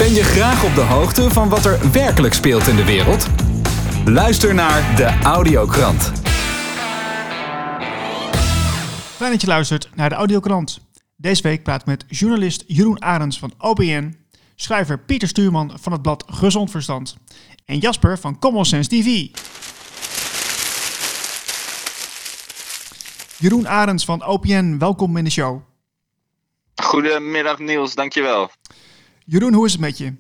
Ben je graag op de hoogte van wat er werkelijk speelt in de wereld? Luister naar de Audiokrant. Fijn dat je luistert naar de Audiokrant. Deze week praat ik met journalist Jeroen Arends van OPN, schrijver Pieter Stuurman van het blad Gezond Verstand en Jasper van Common Sense TV. Jeroen Arends van OPN, welkom in de show. Goedemiddag Niels, dankjewel. Jeroen, hoe is het met je?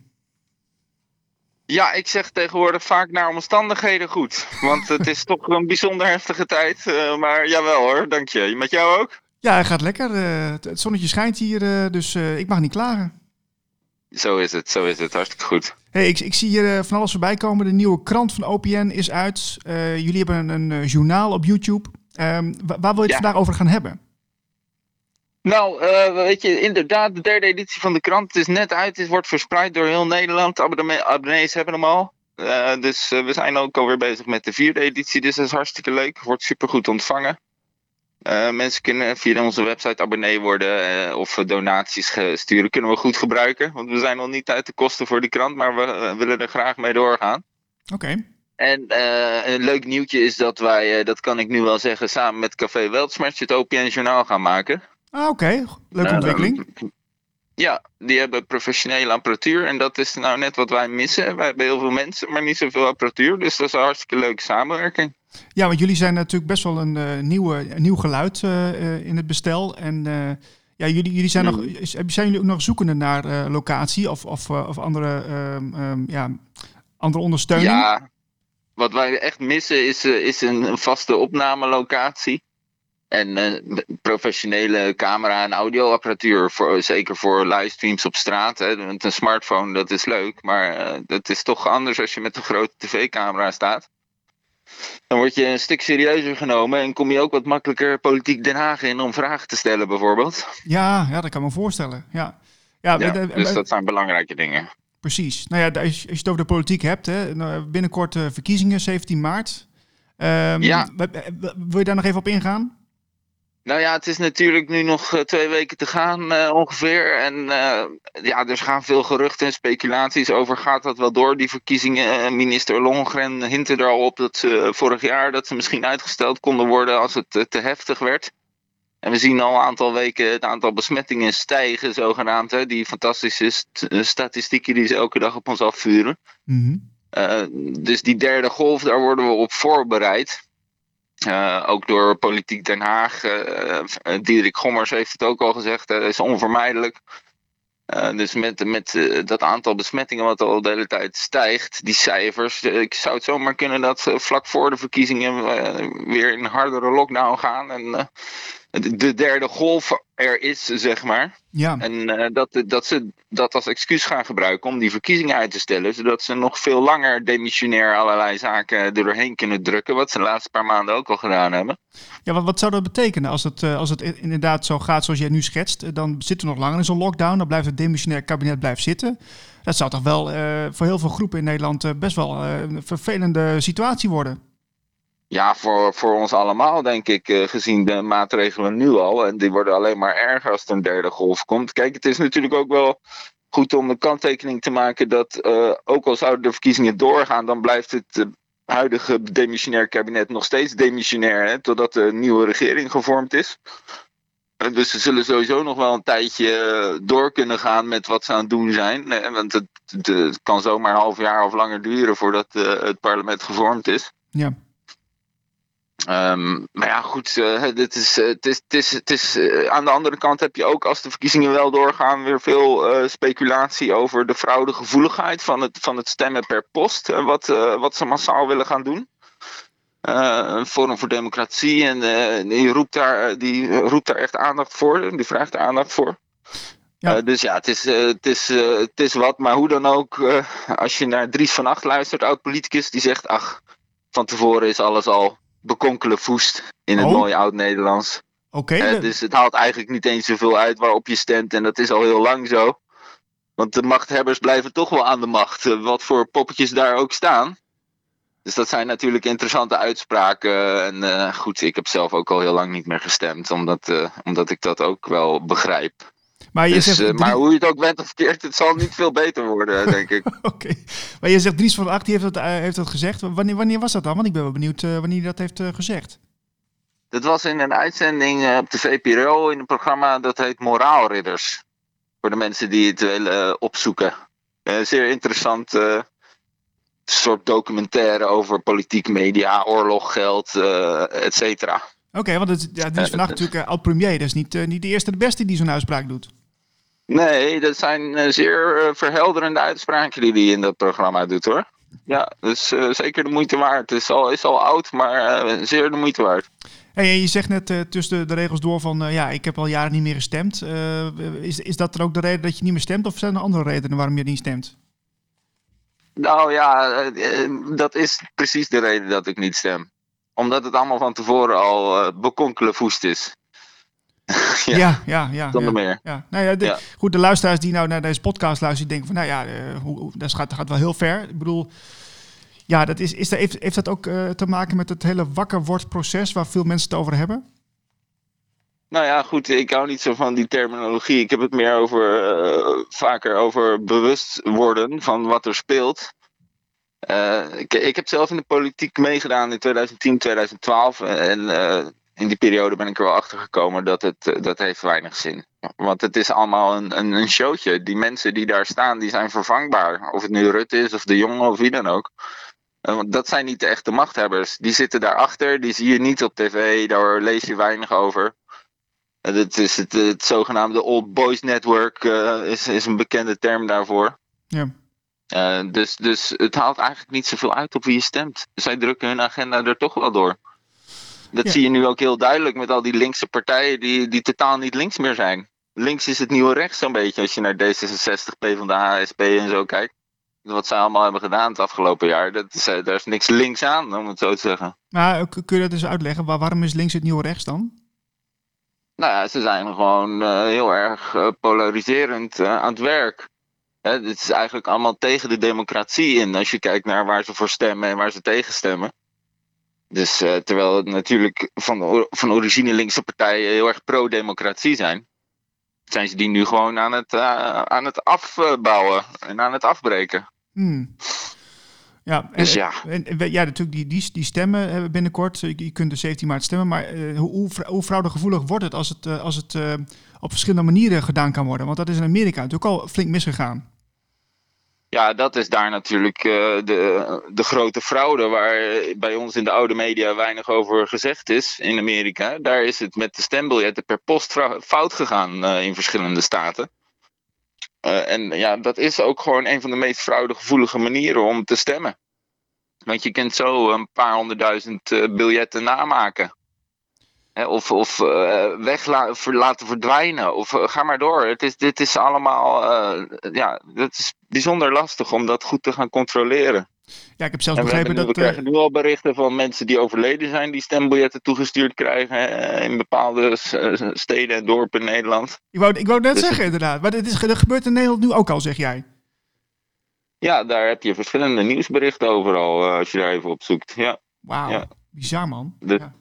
Ja, ik zeg tegenwoordig vaak naar omstandigheden goed. Want het is toch een bijzonder heftige tijd. Maar jawel hoor, dank je. Met jou ook? Ja, het gaat lekker. Het zonnetje schijnt hier, dus ik mag niet klagen. Zo is het. Hartstikke goed. Hey, ik zie hier van alles voorbij komen. De nieuwe krant van OPN is uit. Jullie hebben een journaal op YouTube. Waar wil je het vandaag over gaan hebben? Nou, weet je, inderdaad, de derde editie van de krant is net uit. Het wordt verspreid door heel Nederland. Abonnees hebben hem al. Dus we zijn ook alweer bezig met de vierde editie. Dus dat is hartstikke leuk. Wordt supergoed ontvangen. Mensen kunnen via onze website abonnee worden of donaties sturen. Kunnen we goed gebruiken. Want we zijn nog niet uit de kosten voor die krant. Maar we willen er graag mee doorgaan. Oké. En een leuk nieuwtje is dat wij, dat kan ik nu wel zeggen, samen met Café Weltschmerz het OPN Journaal gaan maken. Oké. Leuke ontwikkeling. Ja, die hebben professionele apparatuur en dat is nou net wat wij missen. Wij hebben heel veel mensen, maar niet zoveel apparatuur. Dus dat is een hartstikke leuke samenwerking. Ja, want jullie zijn natuurlijk best wel een nieuw geluid in het bestel. En jullie zijn zijn jullie ook nog zoekende naar locatie of andere, andere ondersteuning? Ja, wat wij echt missen is een vaste opnamelocatie. En professionele camera- en audioapparatuur, zeker voor livestreams op straat. Hè. Met een smartphone, dat is leuk, maar het is toch anders als je met een grote tv-camera staat. Dan word je een stuk serieuzer genomen en kom je ook wat makkelijker politiek Den Haag in om vragen te stellen bijvoorbeeld. Ja, dat kan ik me voorstellen. Dus dat zijn belangrijke dingen. Precies. Nou ja, als je het over de politiek hebt, hè, binnenkort verkiezingen, 17 maart. Wil je daar nog even op ingaan? Nou ja, het is natuurlijk nu nog 2 weken te gaan ongeveer. En er gaan veel geruchten en speculaties over. Gaat dat wel door, die verkiezingen? Minister Longren hintte er al op dat ze vorig jaar dat ze misschien uitgesteld konden worden als het te heftig werd. En we zien al een aantal weken het aantal besmettingen stijgen, zogenaamd. Hè, die fantastische statistieken die ze elke dag op ons afvuren. Mm-hmm. Dus die derde golf, daar worden we op voorbereid. Ook door Politiek Den Haag. Diederik Gommers heeft het ook al gezegd. Dat is onvermijdelijk. Dus met dat aantal besmettingen wat al de hele tijd stijgt. Die cijfers. Ik zou het zomaar kunnen dat vlak voor de verkiezingen weer in een hardere lockdown gaan. En de derde golf er is, zeg maar. Ja. En dat ze dat als excuus gaan gebruiken om die verkiezingen uit te stellen. Zodat ze nog veel langer demissionair allerlei zaken er doorheen kunnen drukken. Wat ze de laatste paar maanden ook al gedaan hebben. Ja, wat zou dat betekenen als het inderdaad zo gaat zoals jij nu schetst? Dan zitten we nog langer in zo'n lockdown. Dan blijft het demissionair kabinet zitten. Dat zou toch wel voor heel veel groepen in Nederland best wel een vervelende situatie worden. Ja, voor ons allemaal denk ik, gezien de maatregelen nu al. En die worden alleen maar erger als er een derde golf komt. Kijk, het is natuurlijk ook wel goed om een kanttekening te maken dat ook al zouden de verkiezingen doorgaan, dan blijft het huidige demissionair kabinet nog steeds demissionair, hè, totdat de nieuwe regering gevormd is. Dus ze zullen sowieso nog wel een tijdje door kunnen gaan met wat ze aan het doen zijn. Want het kan zomaar een half jaar of langer duren voordat het parlement gevormd is. Ja. Maar ja, goed, het is aan de andere kant heb je ook, als de verkiezingen wel doorgaan, weer veel speculatie over de fraudegevoeligheid van het stemmen per post. Wat ze massaal willen gaan doen. Forum voor Democratie en die roept daar echt aandacht voor. Die vraagt er aandacht voor. Ja. Dus ja, het is wat. Maar hoe dan ook, als je naar Dries van Acht luistert, oud-politicus, die zegt, ach, van tevoren is alles al bekonkelen voest in het mooie oud-Nederlands. Oké. Dus het haalt eigenlijk niet eens zoveel uit waarop je stemt. En dat is al heel lang zo. Want de machthebbers blijven toch wel aan de macht. Wat voor poppetjes daar ook staan. Dus dat zijn natuurlijk interessante uitspraken. En goed, ik heb zelf ook al heel lang niet meer gestemd. Omdat ik dat ook wel begrijp. Maar je Dus, zegt maar hoe je het ook bent of verkeerd, het zal niet veel beter worden, denk ik. Oké. Maar je zegt Dries van der Agt, die heeft dat gezegd. Wanneer was dat dan? Want ik ben wel benieuwd wanneer hij dat heeft gezegd. Dat was in een uitzending op de VPRO in een programma dat heet Moraalridders. Voor de mensen die het willen opzoeken. Zeer interessant soort documentaire over politiek, media, oorlog, geld, et cetera. Oké, want Dries van der Agt natuurlijk oud-premier. Dat is niet de eerste de beste die zo'n uitspraak doet. Nee, dat zijn zeer verhelderende uitspraken die hij in dat programma doet, hoor. Ja, dus zeker de moeite waard. Het is al oud, maar zeer de moeite waard. Hey, je zegt net tussen de regels door van... ik heb al jaren niet meer gestemd. Is dat dan ook de reden dat je niet meer stemt? Of zijn er andere redenen waarom je niet stemt? Nou ja, dat is precies de reden dat ik niet stem. Omdat het allemaal van tevoren al bekonkele voest is. Ja. Zonder meer. Ja. Nou ja, goed, de luisteraars die nou naar deze podcast luisteren... die denken van, dat gaat wel heel ver. Ik bedoel... Ja, heeft dat ook te maken met het hele wakker wordt proces waar veel mensen het over hebben? Nou ja, goed, ik hou niet zo van die terminologie. Ik heb het meer vaker over bewust worden van wat er speelt. Ik heb zelf in de politiek meegedaan in 2010, 2012. En in die periode ben ik er wel achter gekomen dat heeft weinig zin. Want het is allemaal een showtje. Die mensen die daar staan, die zijn vervangbaar. Of het nu Rutte is of De Jonge of wie dan ook. Want dat zijn niet de echte machthebbers. Die zitten daarachter, die zie je niet op tv, daar lees je weinig over. Dat is het zogenaamde Old Boys Network, is een bekende term daarvoor. Ja. Dus het haalt eigenlijk niet zoveel uit op wie je stemt. Zij drukken hun agenda er toch wel door. Dat zie je nu ook heel duidelijk met al die linkse partijen die totaal niet links meer zijn. Links is het nieuwe rechts zo'n beetje als je naar D66, PvdA, SP en zo kijkt. Wat zij allemaal hebben gedaan het afgelopen jaar, daar is niks links aan, om het zo te zeggen. Maar kun je dat eens uitleggen? Waarom is links het nieuwe rechts dan? Nou ja, ze zijn gewoon heel erg polariserend aan het werk. Het is eigenlijk allemaal tegen de democratie in, als je kijkt naar waar ze voor stemmen en waar ze tegen stemmen. Dus terwijl het natuurlijk van origine linkse partijen heel erg pro-democratie zijn ze die nu gewoon aan het afbouwen en aan het afbreken. Ja, dus natuurlijk die stemmen binnenkort. Je kunt de 17 maart stemmen, maar hoe fraudegevoelig wordt het als het op verschillende manieren gedaan kan worden? Want dat is in Amerika natuurlijk al flink misgegaan. Ja, dat is daar natuurlijk de grote fraude waar bij ons in de oude media weinig over gezegd is in Amerika. Daar is het met de stembiljetten per post fout gegaan in verschillende staten. En ja, dat is ook gewoon een van de meest fraudegevoelige manieren om te stemmen. Want je kunt zo een paar 100.000 biljetten namaken. Of laten verdwijnen. Of ga maar door. Dit is allemaal... het is bijzonder lastig om dat goed te gaan controleren. Ja, ik heb zelfs begrepen dat... We krijgen nu al berichten van mensen die overleden zijn... die stembiljetten toegestuurd krijgen... in bepaalde steden en dorpen in Nederland. Ik wou net zeggen inderdaad. Maar dat gebeurt in Nederland nu ook al, zeg jij? Ja, daar heb je verschillende nieuwsberichten overal... als je daar even op zoekt. Ja. Wauw, ja. Bizar man.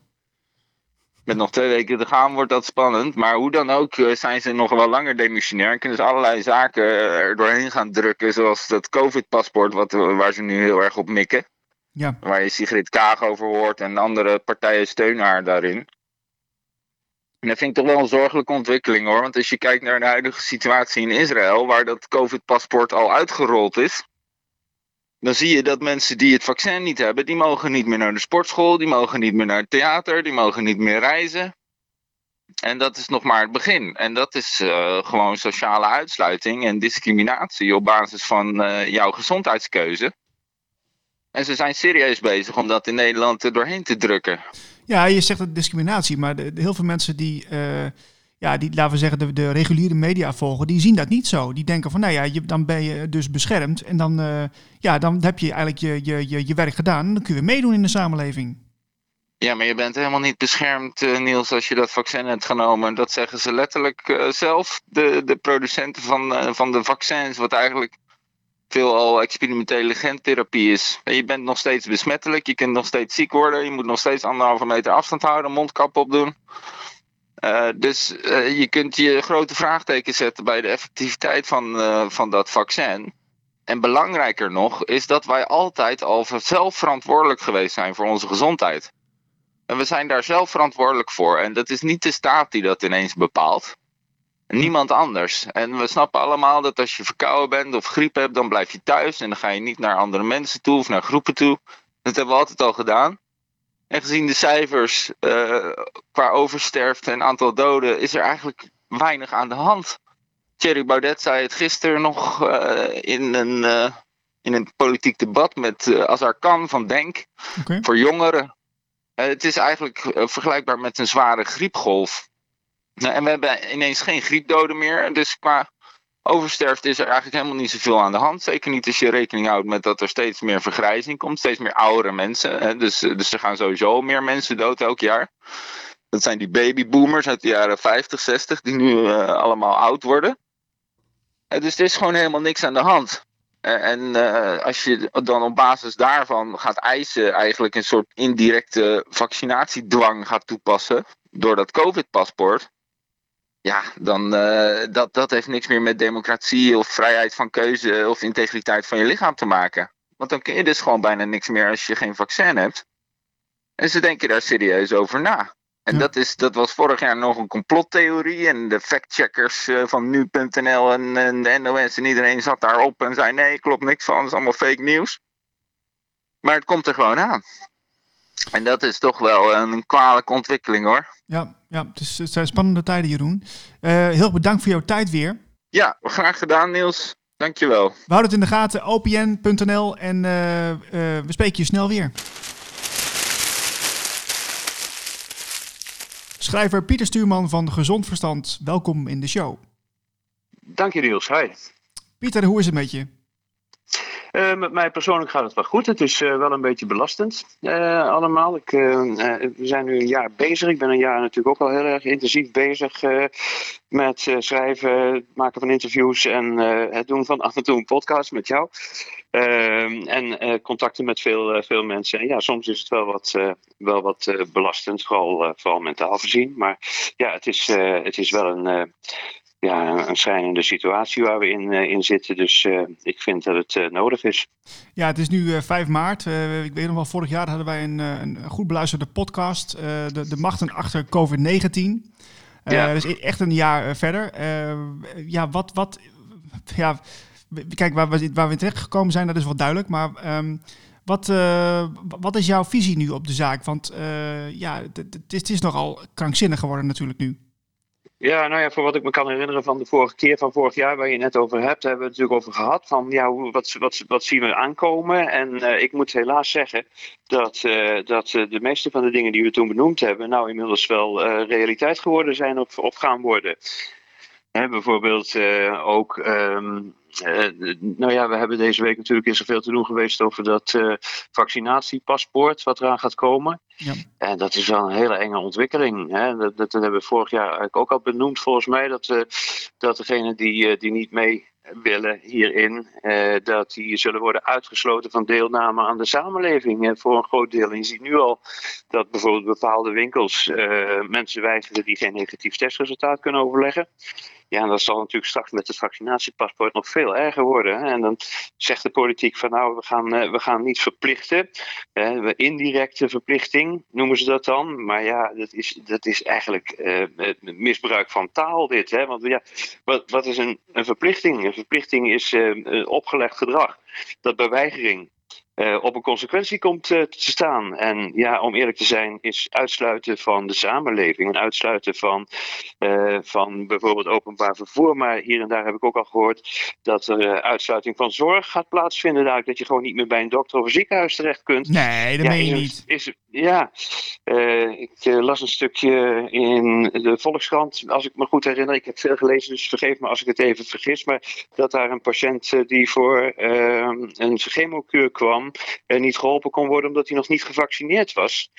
Met nog 2 weken te gaan wordt dat spannend. Maar hoe dan ook zijn ze nog wel langer demissionair. En kunnen ze allerlei zaken er doorheen gaan drukken. Zoals dat COVID-paspoort waar ze nu heel erg op mikken. Ja. Waar je Sigrid Kaag over hoort en andere partijen steunen haar daarin. En dat vind ik toch wel een zorgelijke ontwikkeling hoor. Want als je kijkt naar de huidige situatie in Israël. Waar dat COVID-paspoort al uitgerold is. Dan zie je dat mensen die het vaccin niet hebben, die mogen niet meer naar de sportschool, die mogen niet meer naar het theater, die mogen niet meer reizen. En dat is nog maar het begin. En dat is gewoon sociale uitsluiting en discriminatie op basis van jouw gezondheidskeuze. En ze zijn serieus bezig om dat in Nederland er doorheen te drukken. Ja, je zegt dat discriminatie, maar heel veel mensen die laten we zeggen, de reguliere media volgen, die zien dat niet zo. Die denken van, dan ben je dus beschermd en dan heb je eigenlijk je werk gedaan en dan kun je weer meedoen in de samenleving. Ja, maar je bent helemaal niet beschermd, Niels, als je dat vaccin hebt genomen. Dat zeggen ze letterlijk zelf, de producenten van de vaccins, wat eigenlijk veelal experimentele gentherapie is. Je bent nog steeds besmettelijk, je kunt nog steeds ziek worden, je moet nog steeds 1,5 meter afstand houden, mondkap opdoen. Dus je kunt je grote vraagteken zetten bij de effectiviteit van dat vaccin. En belangrijker nog is dat wij altijd al zelf verantwoordelijk geweest zijn voor onze gezondheid. En we zijn daar zelf verantwoordelijk voor. En dat is niet de staat die dat ineens bepaalt. Niemand anders. En we snappen allemaal dat als je verkouden bent of griep hebt, dan blijf je thuis. En dan ga je niet naar andere mensen toe of naar groepen toe. Dat hebben we altijd al gedaan. En gezien de cijfers qua oversterfte en aantal doden is er eigenlijk weinig aan de hand. Thierry Baudet zei het gisteren nog in een politiek debat met Azar Khan van Denk. Okay. Voor jongeren. Het is eigenlijk vergelijkbaar met een zware griepgolf. En we hebben ineens geen griepdoden meer. Dus qua oversterfte is er eigenlijk helemaal niet zoveel aan de hand. Zeker niet als je rekening houdt met dat er steeds meer vergrijzing komt. Steeds meer oudere mensen. Dus er gaan sowieso meer mensen dood elk jaar. Dat zijn die babyboomers uit de jaren 50, 60 die nu allemaal oud worden. Dus er is gewoon helemaal niks aan de hand. En als je dan op basis daarvan gaat eisen eigenlijk een soort indirecte vaccinatiedwang gaat toepassen door dat COVID-paspoort. Ja, dan dat heeft niks meer met democratie of vrijheid van keuze of integriteit van je lichaam te maken. Want dan kun je dus gewoon bijna niks meer als je geen vaccin hebt. En ze denken daar serieus over na. En dat was vorig jaar nog een complottheorie. En de factcheckers van nu.nl en de NOS en iedereen zat daarop en zei nee, klopt niks van, het is allemaal fake nieuws. Maar het komt er gewoon aan. En dat is toch wel een kwalijke ontwikkeling hoor. Ja, het zijn spannende tijden, Jeroen. Heel bedankt voor jouw tijd weer. Ja, graag gedaan Niels. Dankjewel. We houden het in de gaten, opn.nl en we spreken je snel weer. Schrijver Pieter Stuurman van Gezond Verstand, welkom in de show. Dank je Niels, hi. Pieter, hoe is het met je? Met mij persoonlijk gaat het wel goed. Het is wel een beetje belastend allemaal. We zijn nu een jaar bezig. Ik ben een jaar natuurlijk ook al heel erg intensief bezig met schrijven, het maken van interviews en het doen van af en toe een podcast met jou. En contacten met veel mensen. En ja, soms is het wel wat belastend, vooral mentaal gezien. Maar ja, het is wel een schrijnende situatie waar we in zitten. Dus ik vind dat het nodig is. Ja, het is nu 5 maart. Ik weet nog wel, vorig jaar hadden wij een goed beluisterde podcast. De machten achter COVID-19. Dus echt een jaar verder. Kijk, waar we in terecht gekomen zijn, dat is wel duidelijk. Maar wat is jouw visie nu op de zaak? Want het is nogal krankzinnig geworden natuurlijk nu. Ja, nou ja, voor wat ik me kan herinneren van de vorige keer van vorig jaar waar je het net over hebt, hebben we het natuurlijk over gehad. Van ja, wat zien we aankomen? En ik moet helaas zeggen dat de meeste van de dingen die we toen benoemd hebben, nou inmiddels wel realiteit geworden zijn of gaan worden. Bijvoorbeeld ook. We hebben deze week natuurlijk is er veel te doen geweest over dat vaccinatiepaspoort wat eraan gaat komen. Ja. En dat is wel een hele enge ontwikkeling. Hè? Dat hebben we vorig jaar eigenlijk ook al benoemd volgens mij. Dat degenen die niet mee willen hierin, dat die zullen worden uitgesloten van deelname aan de samenleving voor een groot deel. En je ziet nu al dat bijvoorbeeld bepaalde winkels mensen weigeren die geen negatief testresultaat kunnen overleggen. Ja, en dat zal natuurlijk straks met het vaccinatiepaspoort nog veel erger worden. Hè? En dan zegt de politiek van nou, we gaan niet verplichten. Indirecte verplichting noemen ze dat dan. Maar ja, dat is eigenlijk misbruik van taal dit. Hè? Want ja, wat is een verplichting? Een verplichting is opgelegd gedrag dat bij weigering op een consequentie komt te staan. En ja, om eerlijk te zijn, is uitsluiten van de samenleving en uitsluiten van bijvoorbeeld openbaar vervoer. Maar hier en daar heb ik ook al gehoord dat er uitsluiting van zorg gaat plaatsvinden. Eigenlijk dat je gewoon niet meer bij een dokter of een ziekenhuis terecht kunt. Nee, dat meen je niet. Ik las een stukje in de Volkskrant, als ik me goed herinner. Ik heb veel gelezen, dus vergeef me als ik het even vergis. Maar dat daar een patiënt die voor een chemokuur kwam, niet geholpen kon worden omdat hij nog niet gevaccineerd was.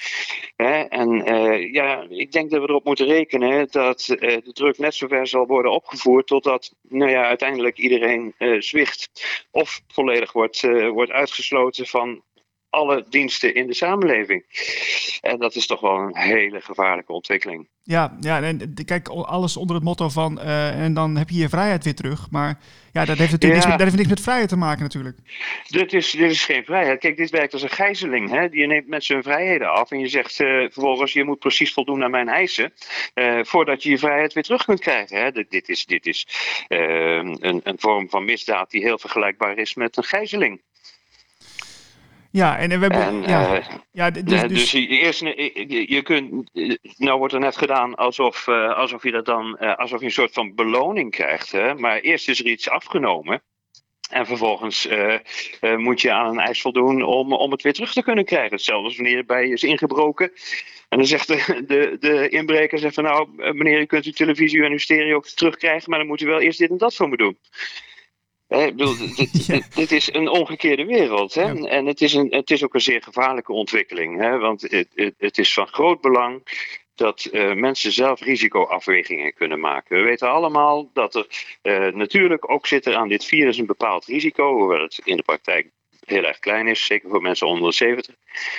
Ik denk dat we erop moeten rekenen dat de druk net zover zal worden opgevoerd totdat uiteindelijk iedereen zwicht of volledig wordt uitgesloten van alle diensten in de samenleving. En dat is toch wel een hele gevaarlijke ontwikkeling. Ja, en kijk, alles onder het motto van en dan heb je je vrijheid weer terug. Maar ja, dat heeft natuurlijk niks met vrijheid te maken natuurlijk. Dit is geen vrijheid. Kijk, dit werkt als een gijzeling. Hè? Je neemt mensen hun vrijheden af en je zegt vervolgens, je moet precies voldoen aan mijn eisen voordat je je vrijheid weer terug kunt krijgen. Hè? Dit is een vorm van misdaad die heel vergelijkbaar is met een gijzeling. Ja, en we hebben. Dus eerst, je kunt. Nou wordt er net gedaan alsof je dat dan. Alsof je een soort van beloning krijgt. Hè? Maar eerst is er iets afgenomen. En vervolgens moet je aan een eis voldoen om het weer terug te kunnen krijgen. Hetzelfde als wanneer er bij je is ingebroken. En dan zegt de inbreker zegt van nou, meneer, u kunt uw televisie en uw stereo terugkrijgen, maar dan moet u wel eerst dit en dat voor me doen. Ik bedoel, dit is een omgekeerde wereld. Hè? Ja. En het is ook een zeer gevaarlijke ontwikkeling. Hè? Want het is van groot belang dat mensen zelf risicoafwegingen kunnen maken. We weten allemaal dat er natuurlijk ook zit er aan dit virus een bepaald risico, hoewel het in de praktijk heel erg klein is, zeker voor mensen onder de 70.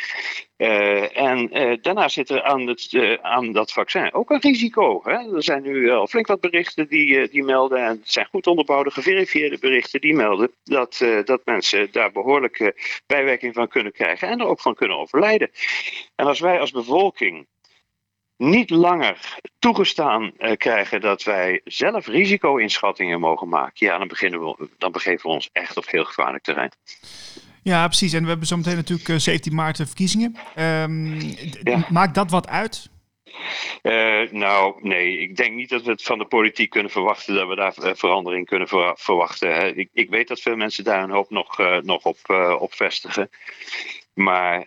Daarna zit er aan dat vaccin ook een risico. Hè? Er zijn nu al flink wat berichten die melden, en het zijn goed onderbouwde, geverifieerde berichten die melden dat mensen daar behoorlijke bijwerking van kunnen krijgen en er ook van kunnen overlijden. En als wij als bevolking niet langer toegestaan krijgen dat wij zelf risico-inschattingen mogen maken, ja, dan begeven we ons echt op heel gevaarlijk terrein. Ja, precies. En we hebben zometeen natuurlijk 17 maart de verkiezingen. Maakt dat wat uit? Nou, nee. Ik denk niet dat we het van de politiek kunnen verwachten, dat we daar verandering kunnen verwachten. Hè. Ik weet dat veel mensen daar een hoop nog op vestigen. Maar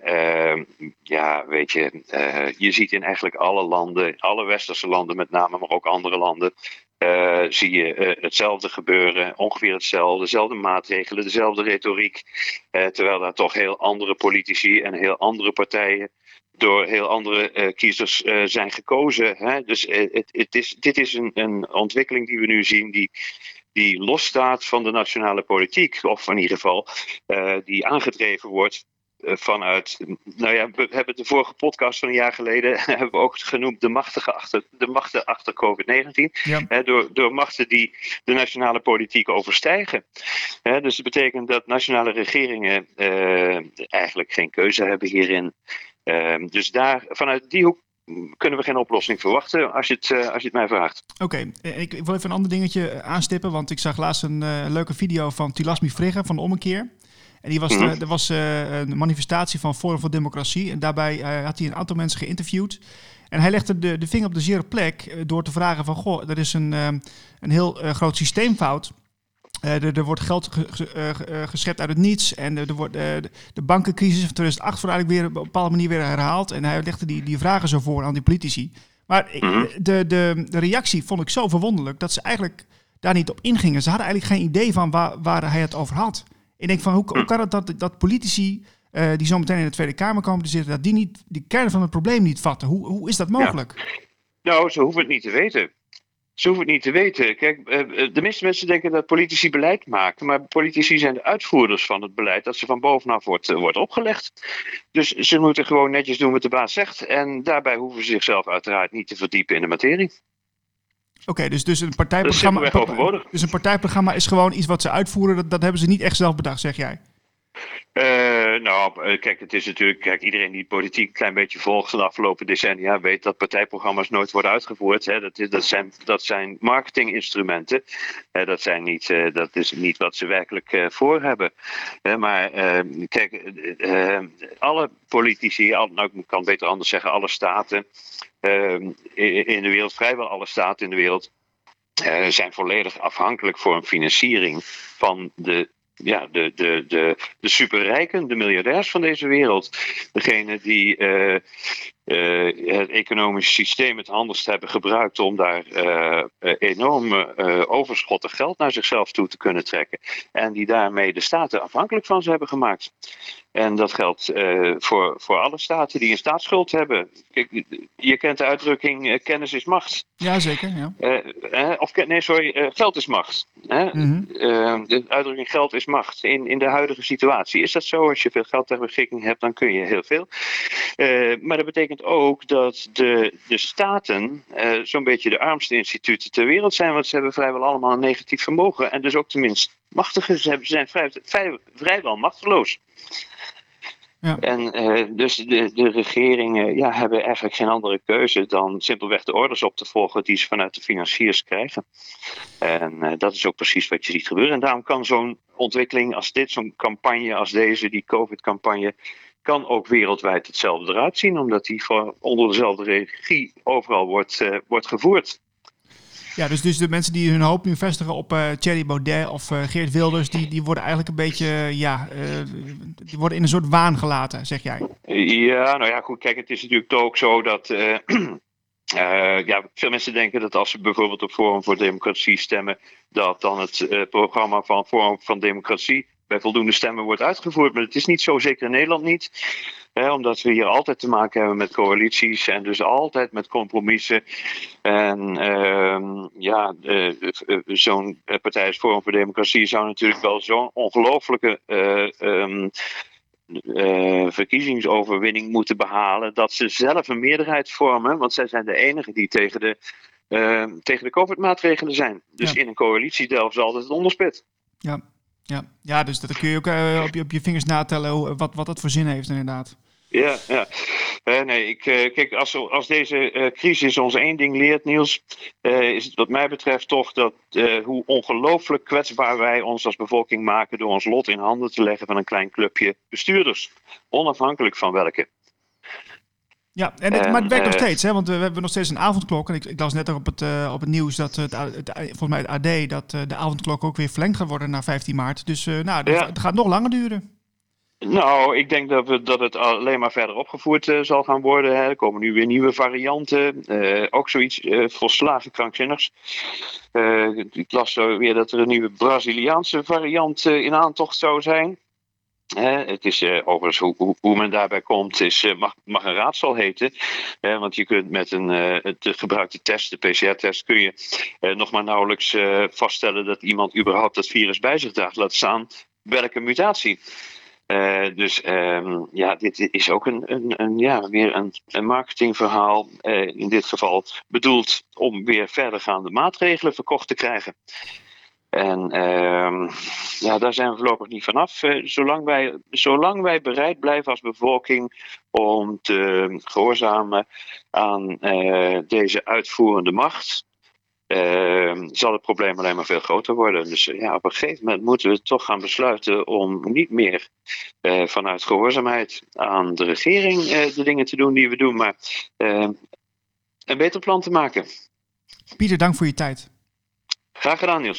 weet je, je ziet in eigenlijk alle landen, alle westerse landen met name, maar ook andere landen, zie je hetzelfde gebeuren, ongeveer hetzelfde, dezelfde maatregelen, dezelfde retoriek. Terwijl daar toch heel andere politici en heel andere partijen door heel andere kiezers zijn gekozen. Hè? Dus dit is een ontwikkeling die we nu zien die losstaat van de nationale politiek. Of in ieder geval die aangedreven wordt vanuit, we hebben de vorige podcast van een jaar geleden hebben we ook genoemd de machten achter COVID-19. Ja. Door machten die de nationale politiek overstijgen. Dus dat betekent dat nationale regeringen eigenlijk geen keuze hebben hierin. Dus vanuit die hoek kunnen we geen oplossing verwachten als je het mij vraagt. Oké, ik wil even een ander dingetje aanstippen, want ik zag laatst een leuke video van Tilasmi Frigge van de Ommekeer. En er was een manifestatie van Forum voor Democratie. En daarbij had hij een aantal mensen geïnterviewd. En hij legde de vinger op de zere plek door te vragen van, goh, er is een heel groot systeemfout. Er wordt geld geschept uit het niets. En de bankencrisis van 2008 wordt eigenlijk weer op een bepaalde manier weer herhaald. En hij legde die vragen zo voor aan die politici. Maar de reactie vond ik zo verwonderlijk dat ze eigenlijk daar niet op ingingen. Ze hadden eigenlijk geen idee van waar hij het over had. Ik denk van, hoe kan het dat politici die zo meteen in de Tweede Kamer komen te zitten, dat die niet die kern van het probleem niet vatten? Hoe is dat mogelijk? Ja. Nou, ze hoeven het niet te weten. Kijk, de meeste mensen denken dat politici beleid maken, maar politici zijn de uitvoerders van het beleid dat ze van bovenaf wordt opgelegd. Dus ze moeten gewoon netjes doen wat de baas zegt en daarbij hoeven ze zichzelf uiteraard niet te verdiepen in de materie. Oké, dus een partijprogramma. Dus een partijprogramma is gewoon iets wat ze uitvoeren. Dat hebben ze niet echt zelf bedacht, zeg jij? Kijk, het is natuurlijk. Iedereen die politiek een klein beetje volgt de afgelopen decennia weet dat partijprogramma's nooit worden uitgevoerd. Hè. Dat zijn marketinginstrumenten. Dat is niet wat ze werkelijk voor hebben. Maar alle politici, ik kan beter anders zeggen, alle staten in de wereld, vrijwel alle staten in de wereld, zijn volledig afhankelijk voor een financiering van de superrijken, de miljardairs van deze wereld. Degene het economische systeem, het handels hebben gebruikt om daar enorme overschotten geld naar zichzelf toe te kunnen trekken. En die daarmee de staten afhankelijk van ze hebben gemaakt. En dat geldt voor alle staten die een staatsschuld hebben. Kijk, je kent de uitdrukking kennis is macht. Ja, zeker. Ja. Geld is macht. Mm-hmm. De uitdrukking geld is macht. In de huidige situatie is dat zo. Als je veel geld ter beschikking hebt, dan kun je heel veel. Maar dat betekent ook dat de staten zo'n beetje de armste instituten ter wereld zijn. Want ze hebben vrijwel allemaal een negatief vermogen. En dus ook de minst machtige. Ze zijn vrijwel machteloos. Ja. En dus de regeringen hebben eigenlijk geen andere keuze dan simpelweg de orders op te volgen die ze vanuit de financiers krijgen. En dat is ook precies wat je ziet gebeuren. En daarom kan zo'n ontwikkeling als dit, zo'n campagne als deze, die COVID-campagne, kan ook wereldwijd hetzelfde eruit zien, omdat die onder dezelfde regie overal wordt gevoerd. Ja, dus de mensen die hun hoop nu vestigen op Thierry Baudet of Geert Wilders, die worden eigenlijk een beetje, die worden in een soort waan gelaten, zeg jij. Ja, nou ja, goed, kijk, het is natuurlijk ook zo dat veel mensen denken dat als ze bijvoorbeeld op Forum voor Democratie stemmen, dat dan het programma van Forum van Democratie bij voldoende stemmen wordt uitgevoerd. Maar het is niet zo, zeker in Nederland niet. Omdat we hier altijd te maken hebben met coalities en dus altijd met compromissen. En zo'n partij als Forum voor Democratie zou natuurlijk wel zo'n ongelooflijke verkiezingsoverwinning moeten behalen dat ze zelf een meerderheid vormen. Want zij zijn de enigen die tegen de COVID-maatregelen zijn. Dus in een coalitie delven ze altijd het onderspit. Ja, dus dat kun je ook op je vingers natellen wat dat voor zin heeft inderdaad. Ja. Kijk, als deze crisis ons één ding leert, Niels, is het wat mij betreft toch dat hoe ongelooflijk kwetsbaar wij ons als bevolking maken door ons lot in handen te leggen van een klein clubje bestuurders. Onafhankelijk van welke. Ja, maar het werkt nog steeds, hè? Want we hebben nog steeds een avondklok. En ik las net ook op het nieuws dat volgens mij het AD dat de avondklok ook weer verlengd gaat worden naar 15 maart. Dus het gaat nog langer duren. Nou, ik denk dat het alleen maar verder opgevoerd zal gaan worden. Hè. Er komen nu weer nieuwe varianten. Ook zoiets volslagen krankzinnigs. Ik las weer dat er een nieuwe Braziliaanse variant in aantocht zou zijn. Het is overigens hoe men daarbij komt, mag een raadsel heten. Want je kunt met de gebruikte test, de PCR-test, kun je nog maar nauwelijks vaststellen dat iemand überhaupt dat virus bij zich draagt. Laat staan welke mutatie. Dit is ook weer een marketingverhaal. In dit geval bedoeld om weer verdergaande maatregelen verkocht te krijgen. En daar zijn we voorlopig niet vanaf. Zolang wij bereid blijven als bevolking om te gehoorzamen aan deze uitvoerende macht, zal het probleem alleen maar veel groter worden. Dus op een gegeven moment moeten we toch gaan besluiten om niet meer vanuit gehoorzaamheid aan de regering de dingen te doen die we doen, maar een beter plan te maken. Pieter, dank voor je tijd. Graag gedaan, Niels.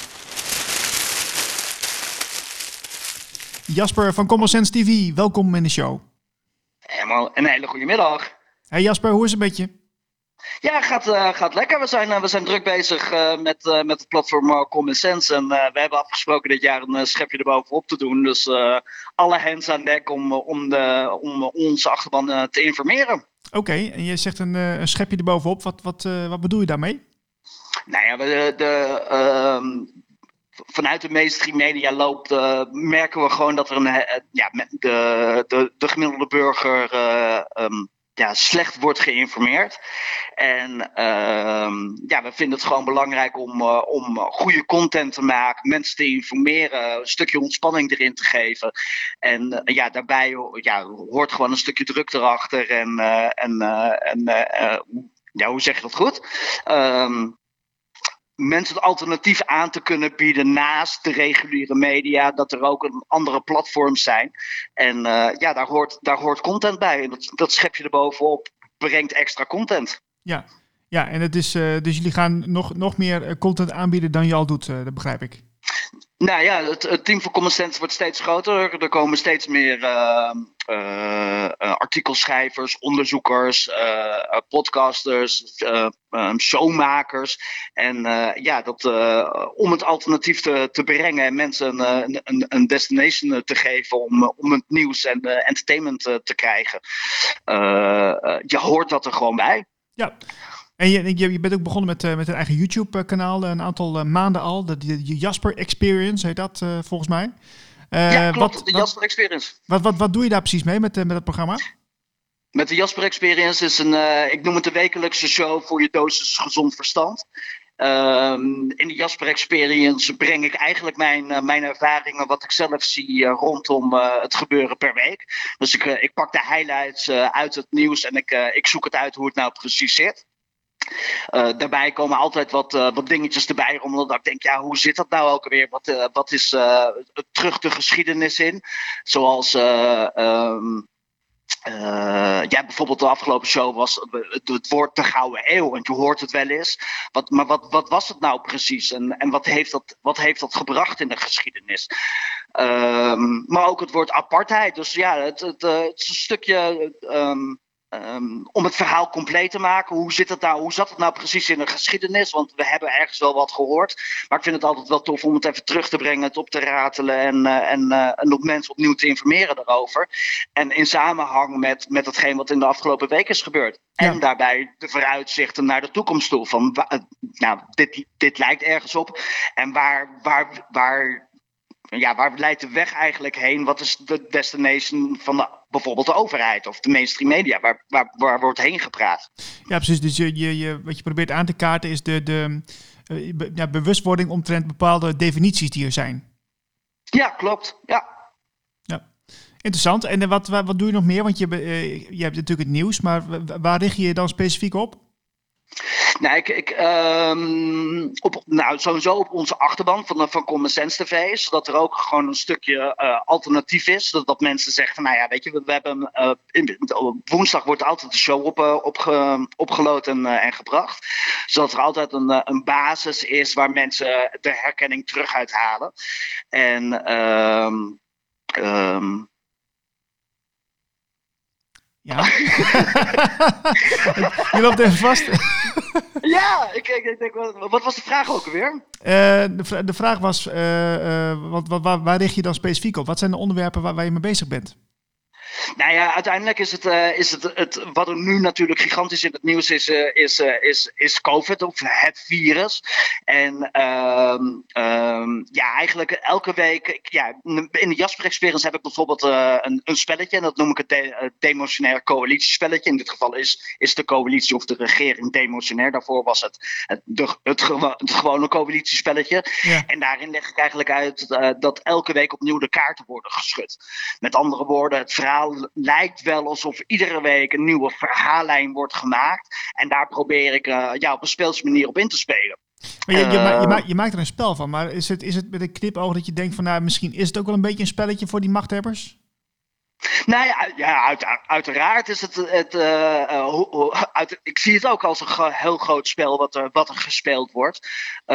Jasper van Common Sense TV, welkom in de show. Helemaal een hele goede middag. Hey Jasper, hoe is het met je? Ja, gaat lekker. We zijn druk bezig met het platform Common Sense. En we hebben afgesproken dit jaar een schepje erbovenop te doen. Dus alle hands aan dek om onze achterban te informeren. Oké, en je zegt een schepje erbovenop. Wat bedoel je daarmee? Nou ja, vanuit de mainstream media loopt, merken we gewoon dat er de gemiddelde burger slecht wordt geïnformeerd. En we vinden het gewoon belangrijk om goede content te maken, mensen te informeren, een stukje ontspanning erin te geven. En daarbij hoort gewoon een stukje druk erachter. Hoe zeg je dat goed? Mensen het alternatief aan te kunnen bieden naast de reguliere media, dat er ook andere platforms zijn. En daar hoort content bij. En dat schep je erbovenop, brengt extra content. Ja, en het is, dus jullie gaan nog meer content aanbieden dan je al doet, dat begrijp ik. Nou ja, het team van Common Sense wordt steeds groter. Er komen steeds meer artikelschrijvers, onderzoekers, podcasters, showmakers. En om het alternatief te brengen en mensen een destination te geven om het nieuws en entertainment te krijgen. Je hoort dat er gewoon bij. Ja. En je bent ook begonnen met een eigen YouTube-kanaal een aantal maanden al. De Jasper Experience heet dat volgens mij. Ja, klopt. De Jasper Experience. Wat doe je daar precies mee met dat programma? Met de Jasper Experience is ik noem het de wekelijkse show voor je dosis gezond verstand. In de Jasper Experience breng ik eigenlijk mijn ervaringen, wat ik zelf zie rondom het gebeuren per week. Dus ik pak de highlights uit het nieuws en ik zoek het uit hoe het nou precies zit. Daarbij komen altijd wat dingetjes erbij, omdat ik denk, ja, hoe zit dat nou ook alweer? Wat is terug de geschiedenis in? Zoals bijvoorbeeld de afgelopen show was het woord de Gouden Eeuw, want je hoort het wel eens. Maar wat was het nou precies? En wat heeft dat gebracht in de geschiedenis? Maar ook het woord apartheid. Dus ja, het is een stukje om het verhaal compleet te maken. Hoe zat het nou precies in de geschiedenis? Want we hebben ergens wel wat gehoord. Maar ik vind het altijd wel tof om het even terug te brengen, het op te ratelen en op mensen opnieuw te informeren daarover. En in samenhang met hetgeen wat in de afgelopen week is gebeurd. Ja. En daarbij de vooruitzichten naar de toekomst toe. Van, dit lijkt ergens op. En waar leidt de weg eigenlijk heen? Wat is de destination van bijvoorbeeld de overheid of de mainstream media? Waar wordt heen gepraat? Ja, precies. Dus wat je probeert aan te kaarten is de bewustwording omtrent bepaalde definities die er zijn. Ja, klopt. Ja. Interessant. En wat doe je nog meer? Want je hebt natuurlijk het nieuws, maar waar richt je je dan specifiek op? Nou, sowieso op onze achterban van Common Sense TV, zodat er ook gewoon een stukje alternatief is. Zodat mensen zeggen, nou ja, weet je, we hebben woensdag wordt altijd de show opgeload en gebracht. Zodat er altijd een basis is waar mensen de herkenning terug uithalen. En ja. Je loopt even vast. Ja, ik denk, wat was de vraag ook alweer? De vraag was, waar richt je dan specifiek op? Wat zijn de onderwerpen waar je mee bezig bent? Nou ja, uiteindelijk is het wat er nu natuurlijk gigantisch in het nieuws is COVID of het virus. En eigenlijk elke week, in de Jasper Experience heb ik bijvoorbeeld een spelletje en dat noem ik het demotionair coalitiespelletje. In dit geval is de coalitie of de regering demotionair. Daarvoor was het gewone coalitiespelletje. Ja. En daarin leg ik eigenlijk uit dat elke week opnieuw de kaarten worden geschud. Met andere woorden, het verhaal lijkt wel alsof iedere week een nieuwe verhaallijn wordt gemaakt. En daar probeer ik op een speelse manier op in te spelen. Maar je maakt er een spel van, maar is het met een knipoog dat je denkt van, nou, misschien is het ook wel een beetje een spelletje voor die machthebbers? Nou ja, uiteraard is het ik zie het ook als een heel groot spel wat er gespeeld wordt.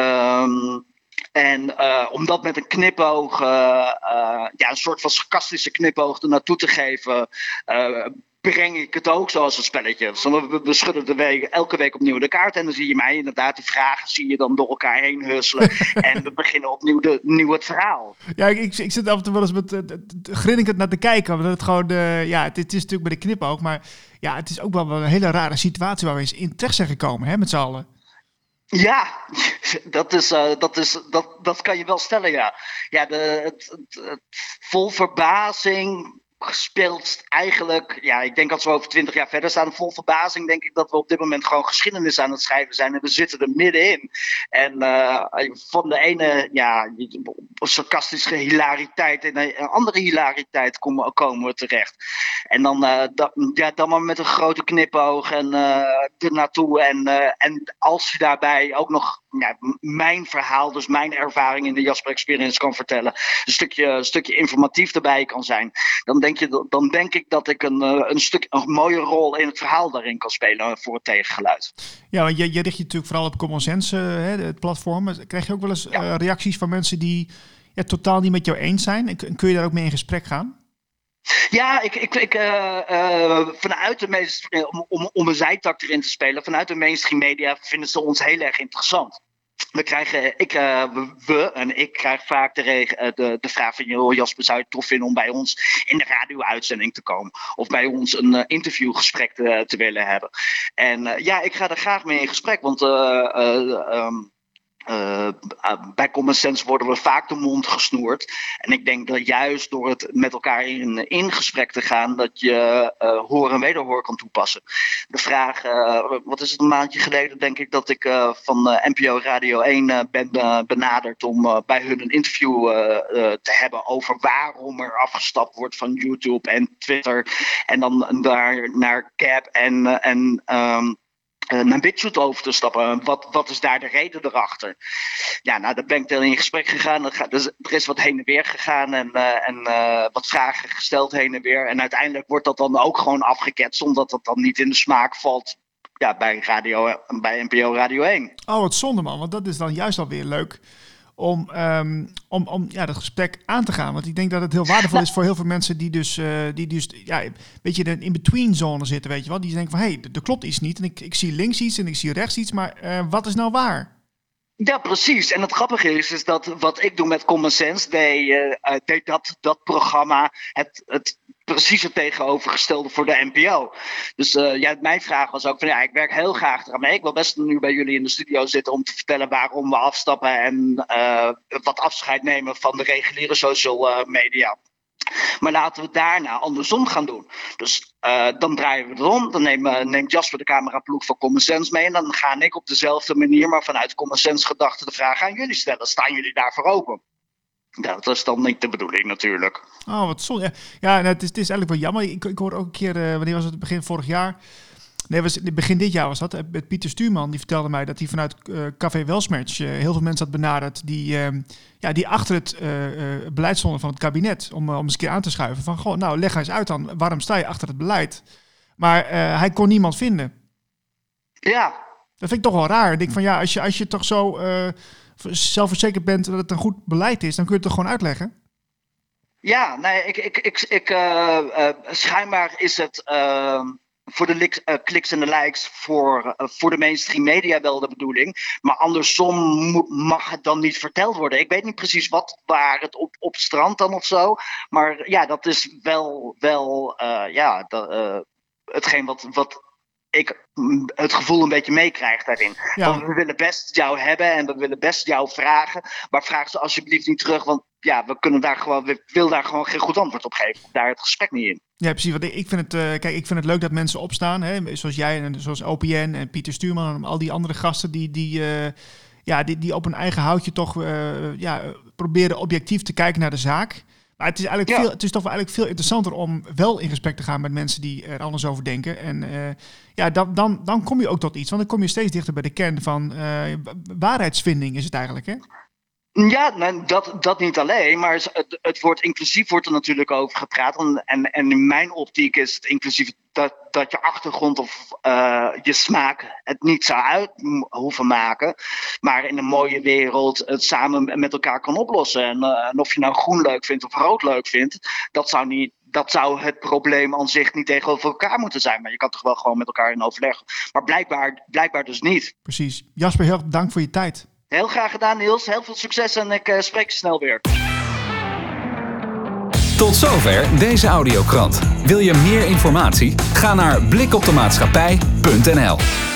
En om dat met een knipoog, een soort van sarcastische knipoog er naartoe te geven, breng ik het ook zoals een spelletje. Dus we schudden elke week opnieuw de kaart en dan zie je mij inderdaad die vragen zie je dan door elkaar heen husselen en we beginnen opnieuw het verhaal. Ja, ik zit af en toe wel eens met grinnikend naar te kijken, omdat het gewoon, het is natuurlijk bij de knipoog, maar ja, het is ook wel een hele rare situatie waar we eens in terecht zijn gekomen, hè, met z'n allen. Ja, dat kan je wel stellen, ja. Ja, het vol verbazing speelt eigenlijk, ik denk als we over 20 jaar verder staan, vol verbazing denk ik dat we op dit moment gewoon geschiedenis aan het schrijven zijn en we zitten er middenin. En van de ene, sarcastische hilariteit en een andere hilariteit komen we terecht. En dan maar met een grote knipoog en ernaartoe en als je daarbij ook nog mijn verhaal, dus mijn ervaring in de Jasper Experience kan vertellen, een stukje informatief erbij kan zijn, dan denk ik dat ik een mooie rol in het verhaal daarin kan spelen voor het tegengeluid. Ja, want je richt je natuurlijk vooral op Common Sense, het platform. Krijg je ook wel eens reacties van mensen die totaal niet met jou eens zijn? En kun je daar ook mee in gesprek gaan? Ja, vanuit de om een zijtak erin te spelen, vanuit de mainstream media vinden ze ons heel erg interessant. Ik krijg vaak de vraag van, joh, Jasper, zou je het tof vinden om bij ons in de radio-uitzending te komen? Of bij ons een interviewgesprek te willen hebben? En ik ga er graag mee in gesprek, want bij Common Sense worden we vaak de mond gesnoerd. En ik denk dat juist door het met elkaar in gesprek te gaan, dat je hoor en wederhoor kan toepassen. De vraag, wat is het, een maandje geleden denk ik dat ik van NPO Radio 1 ben benaderd om bij hun een interview te hebben over waarom er afgestapt wordt van YouTube en Twitter. En dan daar naar Gab en naar BitChute over te stappen. Wat is daar de reden erachter? Ja, nou, daar ben ik dan in gesprek gegaan. Dus er is wat heen en weer gegaan en wat vragen gesteld heen en weer. En uiteindelijk wordt dat dan ook gewoon afgeketst, omdat dat dan niet in de smaak valt bij NPO Radio 1. Oh, wat zonde, man. Want dat is dan juist alweer leuk om dat gesprek aan te gaan. Want ik denk dat het heel waardevol is voor heel veel mensen die dus een beetje in de in-between zone zitten, weet je wel. Die denken van, hé, er klopt iets niet. En ik zie links iets en ik zie rechts iets, maar wat is nou waar? Ja, precies. En het grappige is dat wat ik doe met Common Sense, deed dat programma het precies het tegenovergestelde voor de NPO. Dus mijn vraag was ook van, ik werk heel graag eraan mee. Ik wil best nu bij jullie in de studio zitten om te vertellen waarom we afstappen en wat afscheid nemen van de reguliere social media. Maar laten we het daarna andersom gaan doen. Dus dan draaien we het om. Dan neemt Jasper de cameraploeg van Common Sense mee. En dan ga ik op dezelfde manier, maar vanuit Common Sense gedachten, de vraag aan jullie stellen. Staan jullie daarvoor open? Ja, dat is dan niet de bedoeling natuurlijk. Oh, wat zonde. Ja, het is eigenlijk wel jammer. Ik hoorde ook een keer, wanneer was het? Begin vorig jaar? Nee, begin dit jaar was dat. Met Pieter Stuurman, die vertelde mij dat hij vanuit Café Welsmerch heel veel mensen had benaderd die achter het beleid stonden van het kabinet om eens een keer aan te schuiven. Van, goh, nou, leg eens uit dan, waarom sta je achter het beleid? Maar hij kon niemand vinden. Ja. Dat vind ik toch wel raar. Ik denk van, als je toch zo zelfverzekerd bent dat het een goed beleid is, dan kun je het toch gewoon uitleggen? Ja, nee, schijnbaar is het voor de kliks en de likes voor de mainstream media wel de bedoeling. Maar andersom mag het dan niet verteld worden. Ik weet niet precies waar het op strandt dan of zo. Maar ja, dat is wel hetgeen wat ik het gevoel een beetje meekrijg daarin. Ja. Want we willen best jou hebben en we willen best jou vragen. Maar vraag ze alsjeblieft niet terug, want we willen daar gewoon geen goed antwoord op geven. Daar het gesprek niet in. Ja, precies. Want ik vind het leuk dat mensen opstaan. Hè, zoals jij en zoals OPN en Pieter Stuurman en al die andere gasten die op hun eigen houtje toch proberen objectief te kijken naar de zaak. Maar het is eigenlijk het is toch wel eigenlijk veel interessanter om wel in gesprek te gaan met mensen die er anders over denken. En dan kom je ook tot iets. Want dan kom je steeds dichter bij de kern van waarheidsvinding is het eigenlijk, hè? Ja, dat niet alleen, maar het woord inclusief wordt er natuurlijk over gepraat. En in mijn optiek is het inclusief dat je achtergrond of je smaak het niet zou uit hoeven maken. Maar in een mooie wereld het samen met elkaar kan oplossen. En of je nou groen leuk vindt of rood leuk vindt, dat zou het probleem aan zich niet tegenover elkaar moeten zijn. Maar je kan toch wel gewoon met elkaar in overleg. Maar blijkbaar dus niet. Precies. Jasper, heel dank voor je tijd. Heel graag gedaan, Niels. Heel veel succes en ik spreek je snel weer. Tot zover deze audiokrant. Wil je meer informatie? Ga naar blikopdemaatschappij.nl.